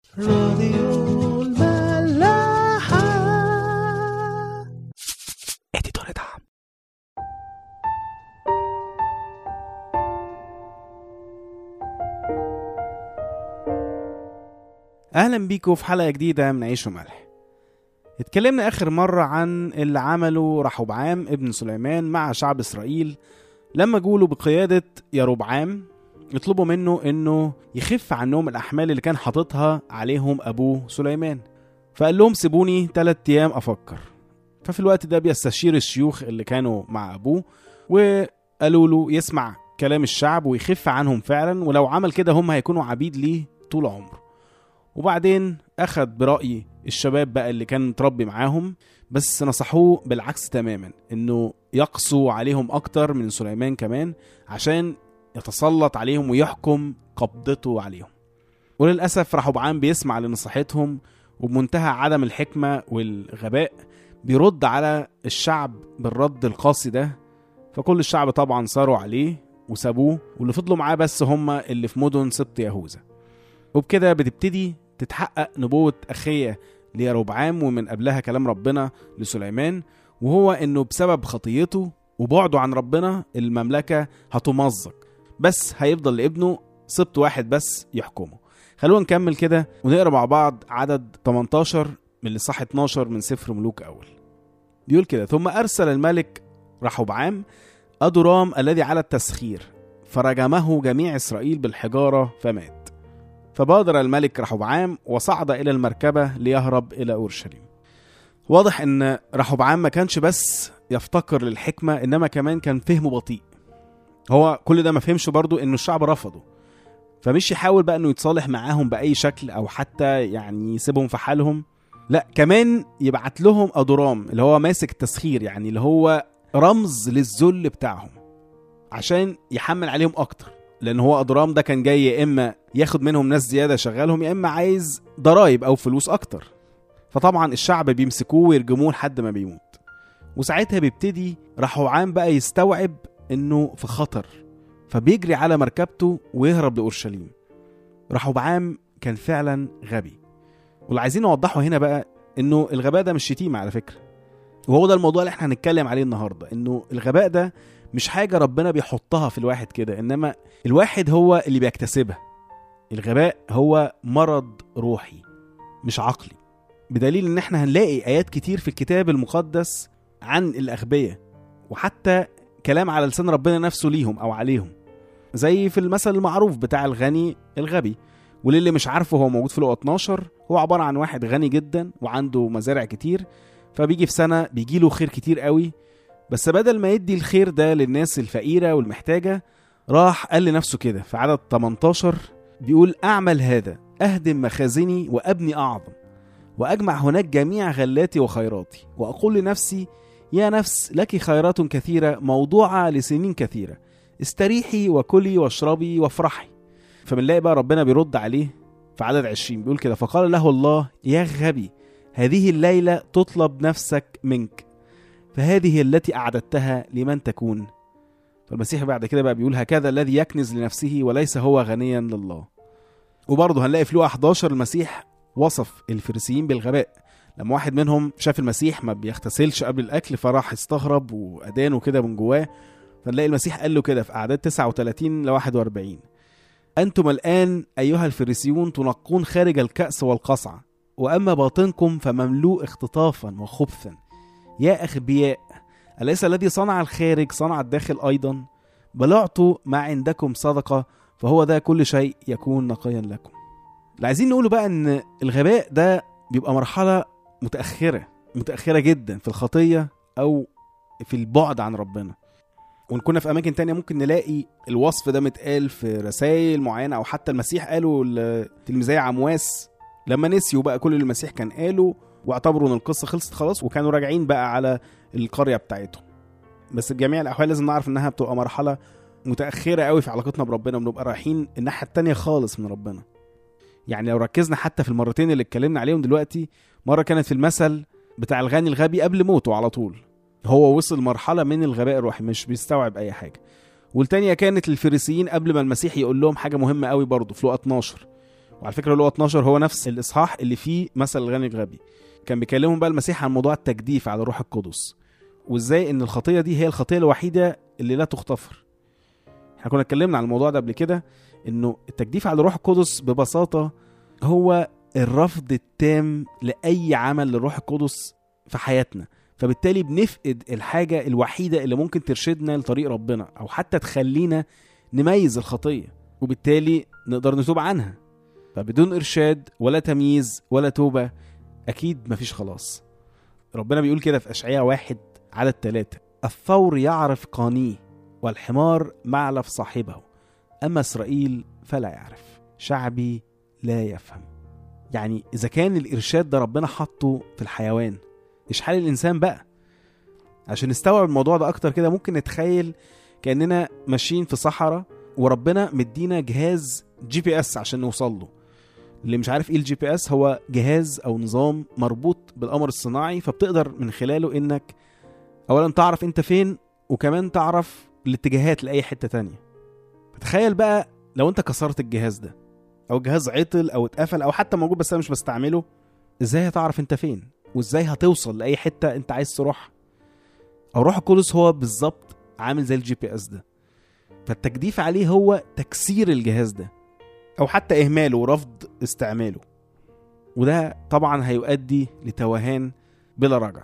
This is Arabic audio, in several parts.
راديو الملاحة. اديتور دعم. اهلا بيكم في حلقة جديدة من عيش وملح. اتكلمنا اخر مرة عن اللي عمله رحبعام ابن سليمان مع شعب اسرائيل لما جوله بقيادة يربعام يطلبوا منه انه يخف عنهم الاحمال اللي كان حاططها عليهم ابوه سليمان. فقال لهم سيبوني 3 ايام افكر. ففي الوقت ده بيستشير الشيوخ اللي كانوا مع ابوه وقالوا له يسمع كلام الشعب ويخف عنهم فعلا، ولو عمل كده هم هيكونوا عبيد ليه طول عمره. وبعدين اخد برأي الشباب بقى اللي كان متربي معاهم، بس نصحوه بالعكس تماما، انه يقسوا عليهم اكتر من سليمان كمان عشان يتسلط عليهم ويحكم قبضته عليهم. وللأسف رحبعام بيسمع لنصيحتهم، وبمنتهى عدم الحكمة والغباء بيرد على الشعب بالرد القاسي ده. فكل الشعب طبعا صاروا عليه وسابوه، واللي فضلوا معاه بس هم اللي في مدن سبط يهوذا. وبكده بتبتدي تتحقق نبوة أخية ليربعام ومن قبلها كلام ربنا لسليمان، وهو انه بسبب خطيته وبعده عن ربنا المملكة هتمزق، بس هيفضل لابنه سبط واحد بس يحكمه. خلونا نكمل كده ونقرأ مع بعض عدد 18 من الإصحاح 12 من سفر ملوك أول. بيقول كده: ثم أرسل الملك رحبعام أدورام الذي على التسخير فرجمه جميع إسرائيل بالحجارة فمات. فبادر الملك رحبعام وصعد إلى المركبة ليهرب إلى أورشليم. واضح إن رحبعام ما كانش بس يفتقر للحكمة، إنما كمان كان فهمه بطيء. هو كل ده ما فهمش برضو إنه الشعب رفضه، فمش يحاول بقى إنه يتصالح معاهم بأي شكل أو حتى يعني يسيبهم في حالهم، لا كمان يبعت لهم أدورام اللي هو ماسك التسخير، يعني اللي هو رمز للذل بتاعهم، عشان يحمل عليهم أكتر. لأن هو أدورام ده كان جاي يا إما ياخد منهم ناس زيادة شغالهم، يا إما عايز ضرايب أو فلوس أكتر. فطبعا الشعب بيمسكوه ويرجموه لحد ما بيموت. وساعتها بيبتدي رحبعام بقى يستوعب إنه في خطر، فبيجري على مركبته ويهرب لأورشليم. رحبعام كان فعلا غبي، واللي عايزين نوضحه هنا بقى إنه الغباء ده مش شتيمة على فكرة، وهو ده الموضوع اللي احنا هنتكلم عليه النهاردة. إنه الغباء ده مش حاجة ربنا بيحطها في الواحد كده، إنما الواحد هو اللي بيكتسبها. الغباء هو مرض روحي مش عقلي، بدليل إن احنا هنلاقي آيات كتير في الكتاب المقدس عن الأغبياء، وحتى كلام على لسان ربنا نفسه ليهم أو عليهم، زي في المثل المعروف بتاع الغني الغبي. وللي مش عارفه هو موجود في لقا 12. هو عبارة عن واحد غني جدا وعنده مزارع كتير، فبيجي في سنة بيجيله خير كتير قوي، بس بدل ما يدي الخير ده للناس الفقيرة والمحتاجة، راح قال لنفسه كده في عدد 18 بيقول: أعمل هذا، أهدم مخازني وأبني أعظم، وأجمع هناك جميع غلاتي وخيراتي، وأقول لنفسي: يا نفس لك خيرات كثيرة موضوعة لسنين كثيرة، استريحي وكلي واشربي وافرحي. فبنلاقي بقى ربنا بيرد عليه في عدد 20 بيقول كده: فقال له الله: يا غبي، هذه الليلة تطلب نفسك منك، فهذه التي أعددتها لمن تكون. فالمسيح بعد كده بقى بيقول: هكذا الذي يكنز لنفسه وليس هو غنيا لله. وبرضه هنلاقي في لقا 11 المسيح وصف الفريسيين بالغباء، لما واحد منهم شاف المسيح ما بيغتسلش قبل الأكل فراح استغرب وأدانه كده من جواه. فنلاقي المسيح قال له كده في أعداد 39 ل 41: أنتم الآن أيها الفريسيون تنقون خارج الكأس والقصعة، وأما باطنكم فمملوء اختطافا وخبثا. يا أغبياء، أليس الذي صنع الخارج صنع الداخل أيضا؟ بل اعطوا ما عندكم صدقة، فهو ده كل شيء يكون نقيا لكم. اللي عايزين نقوله بقى أن الغباء ده بيبقى مرحلة متأخرة جدا في الخطية أو في البعد عن ربنا. ونكون في أماكن تانية ممكن نلاقي الوصف ده متقال في رسائل معينة، أو حتى المسيح قاله لتلميذي عمواس لما نسيوا بقى كل اللي المسيح كان قاله واعتبروا ان القصة خلصت خلاص، وكانوا راجعين بقى على القرية بتاعتهم. بس بجميع الأحوال لازم نعرف انها بتبقى مرحلة متأخرة قوي في علاقتنا بربنا، بنبقى رايحين الناحية التانية خالص من ربنا. يعني لو ركزنا حتى في المرتين اللي اتكلمنا عليهم دلوقتي، مرة كانت في المثل بتاع الغني الغبي قبل موته على طول، هو وصل مرحلة من الغباء الروحي مش بيستوعب أي حاجة. والتانية كانت الفريسيين قبل ما المسيح يقول لهم حاجة مهمة قوي برضو في لقا 12، وعلى فكرة لقى 12 هو نفس الإصحاح اللي فيه مثل الغني الغبي. كان بيكلمهم بقى المسيح عن موضوع التجديف على الروح القدس، وإزاي إن الخطية دي هي الخطية الوحيدة اللي لا تغتفر. احنا كنا اتكلمنا عن الموضوع ده قبل كده، إنه التجديف على الروح القدس ببساطة هو الرفض التام لأي عمل للروح القدس في حياتنا، فبالتالي بنفقد الحاجة الوحيدة اللي ممكن ترشدنا لطريق ربنا أو حتى تخلينا نميز الخطية، وبالتالي نقدر نتوب عنها. فبدون إرشاد ولا تمييز ولا توبة أكيد مفيش خلاص. ربنا بيقول كده في أشعياء 1:3: الثور يعرف قانيه والحمار معلف صاحبه، أما إسرائيل فلا يعرف، شعبي لا يفهم. يعني إذا كان الإرشاد ده ربنا حطه في الحيوان، إيش حال الإنسان بقى؟ عشان نستوعب الموضوع ده أكتر كده ممكن نتخيل كأننا ماشيين في صحراء وربنا مدينا جهاز GPS عشان نوصل له. اللي مش عارف ايه الGPS، هو جهاز او نظام مربوط بالقمر الصناعي، فبتقدر من خلاله انك اولا تعرف انت فين، وكمان تعرف الاتجاهات لأي حتة تانية. فتخيل بقى لو انت كسرت الجهاز ده، او الجهاز عطل او اتقفل او حتى موجود بس انا مش بستعمله، ازاي هتعرف انت فين؟ وازاي هتوصل لأي حتة انت عايز تروح؟ او روح القدس هو بالظبط عامل زي الGPS ده، فالتجديف عليه هو تكسير الجهاز ده او حتى اهماله ورفض استعماله، وده طبعا هيؤدي لتوهان بلا رجع.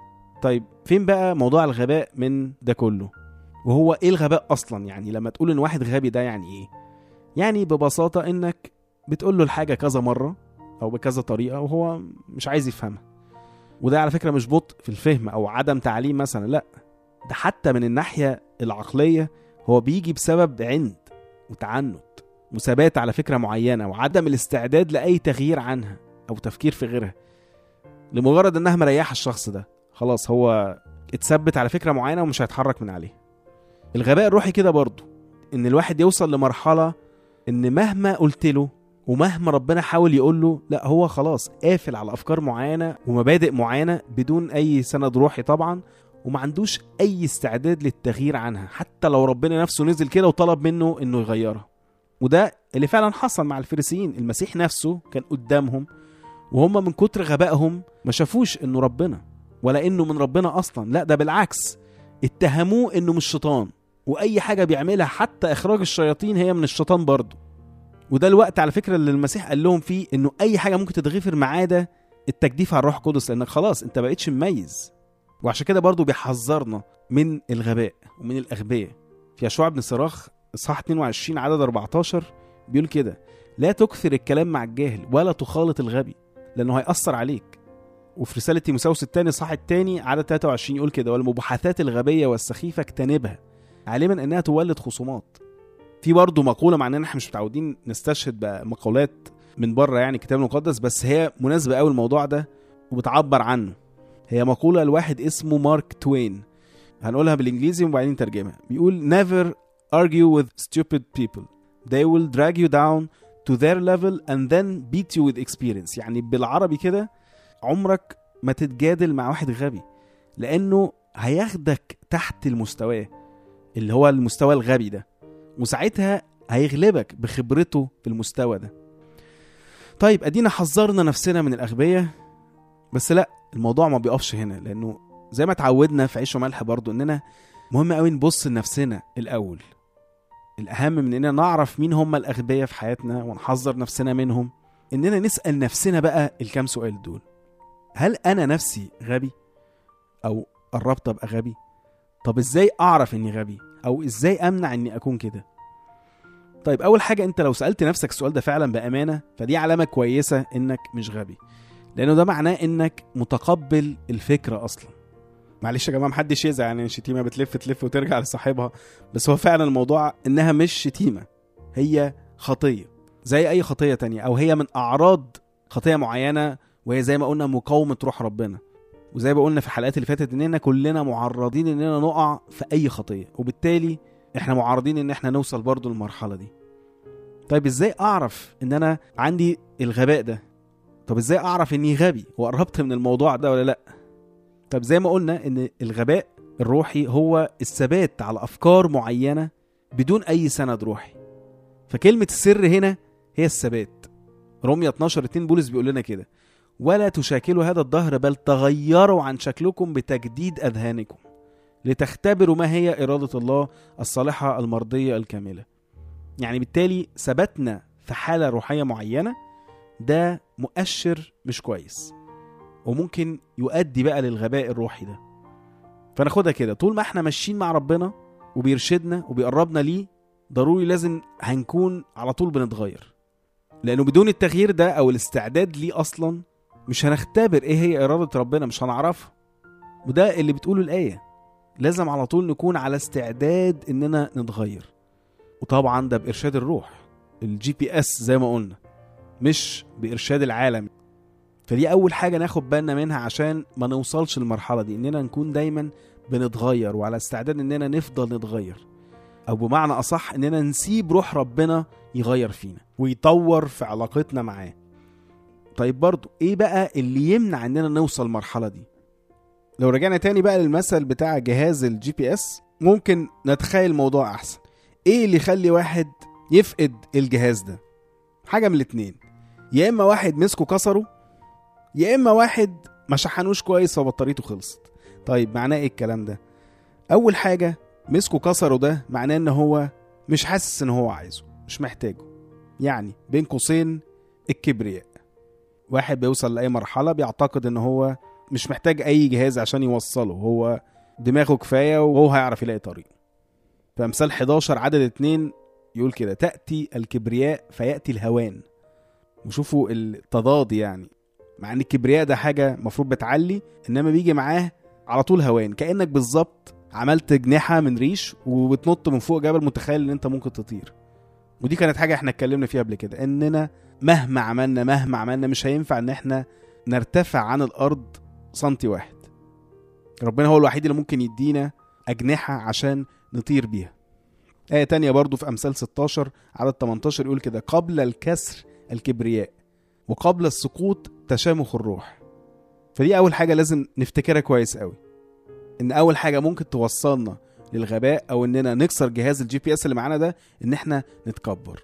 طيب فين بقى موضوع الغباء من ده كله؟ وهو ايه الغباء اصلا؟ يعني لما تقول ان واحد غبي ده يعني ايه؟ يعني ببساطة انك بتقول له الحاجة كذا مرة او بكذا طريقة وهو مش عايز يفهمها. وده على فكرة مش بطء في الفهم او عدم تعليم مثلا، لا، ده حتى من الناحية العقلية هو بيجي بسبب عند وتعنت وثبات على فكرة معينة وعدم الاستعداد لأي تغيير عنها أو تفكير في غيرها، لمجرد أنها مريحة الشخص ده، خلاص هو اتثبت على فكرة معينة ومش هيتحرك من عليه. الغباء الروحي كده برضو، إن الواحد يوصل لمرحلة إن مهما قلت له ومهما ربنا حاول يقول له، لا، هو خلاص قافل على أفكار معينة ومبادئ معينة بدون أي سند روحي طبعا، وما عندوش أي استعداد للتغيير عنها، حتى لو ربنا نفسه نزل كده وطلب منه إنه يغيرها. وده اللي فعلا حصل مع الفريسيين. المسيح نفسه كان قدامهم وهم من كتر غبائهم ما شافوش انه ربنا ولا انه من ربنا اصلا، لا، ده بالعكس اتهموه انه مش شيطان، واي حاجة بيعملها حتى اخراج الشياطين هي من الشيطان برضه. وده الوقت على فكرة اللي المسيح قال لهم فيه انه اي حاجة ممكن تتغفر ما عدا التجديف على الروح القدس، لانك خلاص انت بقيتش مميز. وعشان كده برضه بيحذرنا من الغباء ومن الاغبياء. في يشوع بن صراخ إصحاح 22 عدد 14 بيقول كده: لا تكثر الكلام مع الجاهل ولا تخالط الغبي لأنه هيأثر عليك. وفي رسالة تيموثاوس الثاني إصحاح الثاني عدد 23 يقول كده: والمباحثات الغبية والسخيفة اجتنبها علما أنها تولد خصومات. في برضه مقولة، مع أننا مش متعودين نستشهد بمقولات من بره يعني الكتاب المقدس، بس هي مناسبة قوي الموضوع ده وبتعبر عنه. هي مقولة لواحد اسمه مارك توين، هنقولها بالإنجليزي وبعدين ترجمها. بيقول: never argue with stupid people. They will drag you down to their level and then beat you with experience. يعني بالعربي كده، عمرك ما تتجادل مع واحد غبي، لأنه هياخدك تحت المستوى اللي هو المستوى الغبي ده، وساعتها هيغلبك بخبرته في المستوى ده. طيب أدينا حذرنا نفسنا من الأغبياء، بس لا، الموضوع ما بيقفش هنا، لأنه زي ما تعودنا في عيش وملح برضو إننا مهم قوي نبص لنفسنا الأول. الأهم من إننا نعرف مين هم الأغبياء في حياتنا ونحذر نفسنا منهم، إننا نسأل نفسنا بقى الكام سؤال دول: هل أنا نفسي غبي؟ أو قربت أبقى غبي؟ طب إزاي أعرف إني غبي؟ أو إزاي أمنع إني أكون كده؟ طيب أول حاجة، أنت لو سألت نفسك السؤال ده فعلا بأمانة، فدي علامة كويسة إنك مش غبي، لأنه ده معناه إنك متقبل الفكرة أصلا. معلش يا جماعة، محدش يزعل، يعني الشتيمة بتلف وترجع لصاحبها، بس هو فعلا الموضوع إنها مش شتيمة، هي خطية زي أي خطية تانية، أو هي من أعراض خطية معينة، وهي زي ما قلنا مقاومة روح ربنا. وزي ما قلنا في الحلقات اللي فاتت إننا كلنا معرضين إننا نقع في أي خطية، وبالتالي إحنا معرضين إن إحنا نوصل برضو للمرحلة دي. طيب إزاي أعرف إن أنا عندي الغباء ده؟ طب إزاي أعرف إني غبي وقربت من الموضوع ده ولا لأ؟ طب زي ما قلنا إن الغباء الروحي هو الثبات على أفكار معينة بدون أي سند روحي. فكلمة السر هنا هي الثبات. رمية 12:2 بولس بيقول لنا كده: ولا تشاكلوا هذا الدهر بل تغيروا عن شكلكم بتجديد أذهانكم لتختبروا ما هي إرادة الله الصالحة المرضية الكاملة. يعني بالتالي ثبتنا في حالة روحية معينة ده مؤشر مش كويس، وممكن يؤدي بقى للغباء الروحي ده. فناخدها كده، طول ما احنا ماشيين مع ربنا وبيرشدنا وبيقربنا ليه، ضروري لازم هنكون على طول بنتغير، لأنه بدون التغيير ده أو الاستعداد ليه أصلا مش هنختبر ايه هي إرادة ربنا، مش هنعرفها. وده اللي بتقوله الآية، لازم على طول نكون على استعداد اننا نتغير. وطبعا ده بإرشاد الروح، الGPS زي ما قلنا، مش بإرشاد العالم. فدي أول حاجة ناخد بالنا منها عشان ما نوصلش للمرحلة دي، إننا نكون دايما بنتغير وعلى استعداد إننا نفضل نتغير، أو بمعنى أصح إننا نسيب روح ربنا يغير فينا ويطور في علاقتنا معاه. طيب برضو إيه بقى اللي يمنع إننا نوصل المرحلة دي؟ لو رجعنا تاني بقى للمثل بتاع جهاز الGPS، ممكن نتخيل الموضوع أحسن. إيه اللي يخلي واحد يفقد الجهاز ده؟ حاجة من الاتنين، يا إما واحد مسكه كسره، يا إما واحد ما شحنوش كويس فبطاريته خلصت. طيب معناه إيه الكلام ده؟ أول حاجة، مسكه كسره ده معناه إن هو مش حاسس إن هو عايزه، مش محتاجه. يعني بين قوسين الكبرياء. واحد بيوصل لأي مرحلة بيعتقد إن هو مش محتاج أي جهاز عشان يوصله، هو دماغه كفاية وهو هيعرف يلاقي طريق. فأمثال 11 عدد 2 يقول كده: تأتي الكبرياء فيأتي الهوان. وشوفوا التضاد، يعني مع ان الكبرياء ده حاجة مفروض بتعلي، انما بيجي معاه على طول هوان، كأنك بالظبط عملت جناحة من ريش وبتنط من فوق جبل متخيل ان انت ممكن تطير. ودي كانت حاجة احنا اتكلمنا فيها قبل كده، اننا مهما عملنا مش هينفع ان احنا نرتفع عن الارض سنتي واحد. ربنا هو الوحيد اللي ممكن يدينا اجنحة عشان نطير بيها. آية تانية برضو في أمثال 16 عدد 18 يقول كده: قبل الكسر الكبرياء وقبل السقوط تشامخ الروح. فدي أول حاجة لازم نفتكرها كويس قوي، إن أول حاجة ممكن توصلنا للغباء أو إننا نكسر جهاز الGPS اللي معانا ده، إن إحنا نتكبر.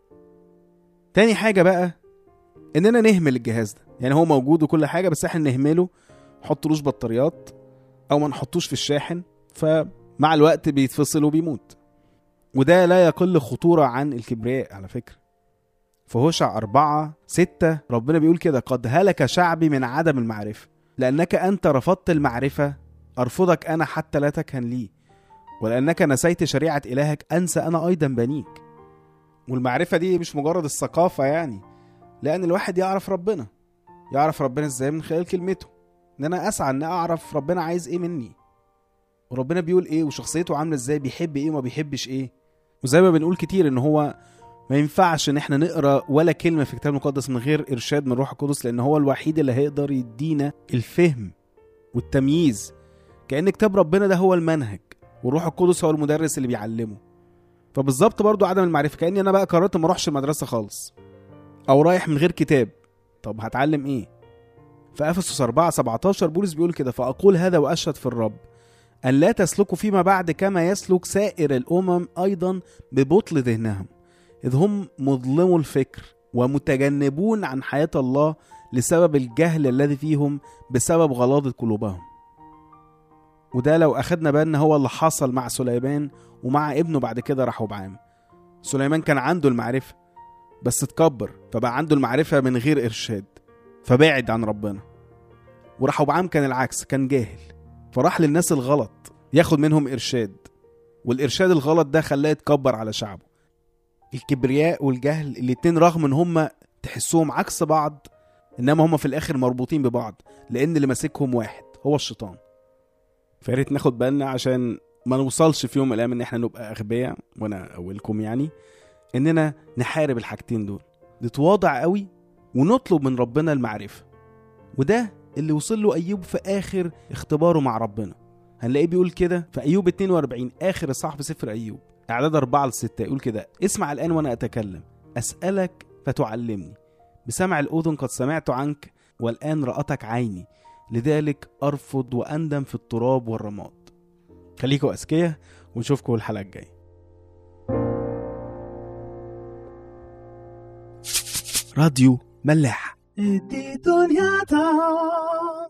تاني حاجة بقى إننا نهمل الجهاز ده، يعني هو موجود وكل حاجة بس إحنا نهمله، نحطلوش بطاريات أو ما نحطوش في الشاحن، فمع الوقت بيتفصل وبيموت. وده لا يقل خطورة عن الكبرياء على فكرة. فهوشع 4:6 ربنا بيقول كده: قد هلك شعبي من عدم المعرفة، لأنك أنت رفضت المعرفة أرفضك أنا حتى لا تكهن لي، ولأنك نسيت شريعة إلهك أنسى أنا أيضا بنيك. والمعرفة دي مش مجرد الثقافة يعني، لأن الواحد يعرف ربنا إزاي؟ من خلال كلمته، إن أنا أسعى أن أعرف ربنا عايز إيه مني، وربنا بيقول إيه، وشخصيته عاملة إزاي، بيحب إيه وما بيحبش إيه. وزي ما بنقول كتير إن هو ما ينفعش ان احنا نقرأ ولا كلمة في الكتاب المقدس من غير ارشاد من روح القدس، لان هو الوحيد اللي هيقدر يدينا الفهم والتمييز. كأن كتاب ربنا ده هو المنهج، والروح القدس هو المدرس اللي بيعلمه. فبالظبط برضو عدم المعرفة، كأني انا بقى قررت ما اروحش المدرسة خالص، او رايح من غير كتاب. طب هتعلم ايه؟ في أفسس 4:17 بولس بيقول كده: فأقول هذا وأشهد في الرب أن لا تسلكوا فيما بعد كما يسلك سائر الأمم أيضا ببطل ذهنهم، إذ هم مظلموا الفكر ومتجنبون عن حياة الله لسبب الجهل الذي فيهم بسبب غلاظة قلوبهم. وده لو أخدنا بالنا هو اللي حصل مع سليمان ومع ابنه بعد كده رحبعام. سليمان كان عنده المعرفة بس اتكبر، فبقى عنده المعرفة من غير إرشاد فبعد عن ربنا. ورحبعام كان العكس، كان جاهل فراح للناس الغلط ياخد منهم إرشاد، والإرشاد الغلط ده خلاه يتكبر على شعبه. الكبرياء والجهل الاتنين رغم ان هم تحسوهم عكس بعض، انما هم في الاخر مربوطين ببعض، لان اللي ماسكهم واحد هو الشيطان. فياريت ناخد بالنا عشان ما نوصلش في يوم من الايام ان احنا نبقى اغبياء، وانا اولكم يعني اننا نحارب الحاجتين دول، نتواضع قوي ونطلب من ربنا المعرفة. وده اللي وصل له ايوب في اخر اختباره مع ربنا. هنلاقيه بيقول كده في ايوب 42 اخر اصحاح في سفر ايوب اعداد 4-6 يقول كده: اسمع الآن وأنا أتكلم، أسألك فتعلمني، بسمع الأذن قد سمعت عنك والآن رأتك عيني، لذلك أرفض وأندم في التراب والرماد. خليكوا أذكياء ونشوفكم الحلقة الجاية. راديو ملاح. دي دنيا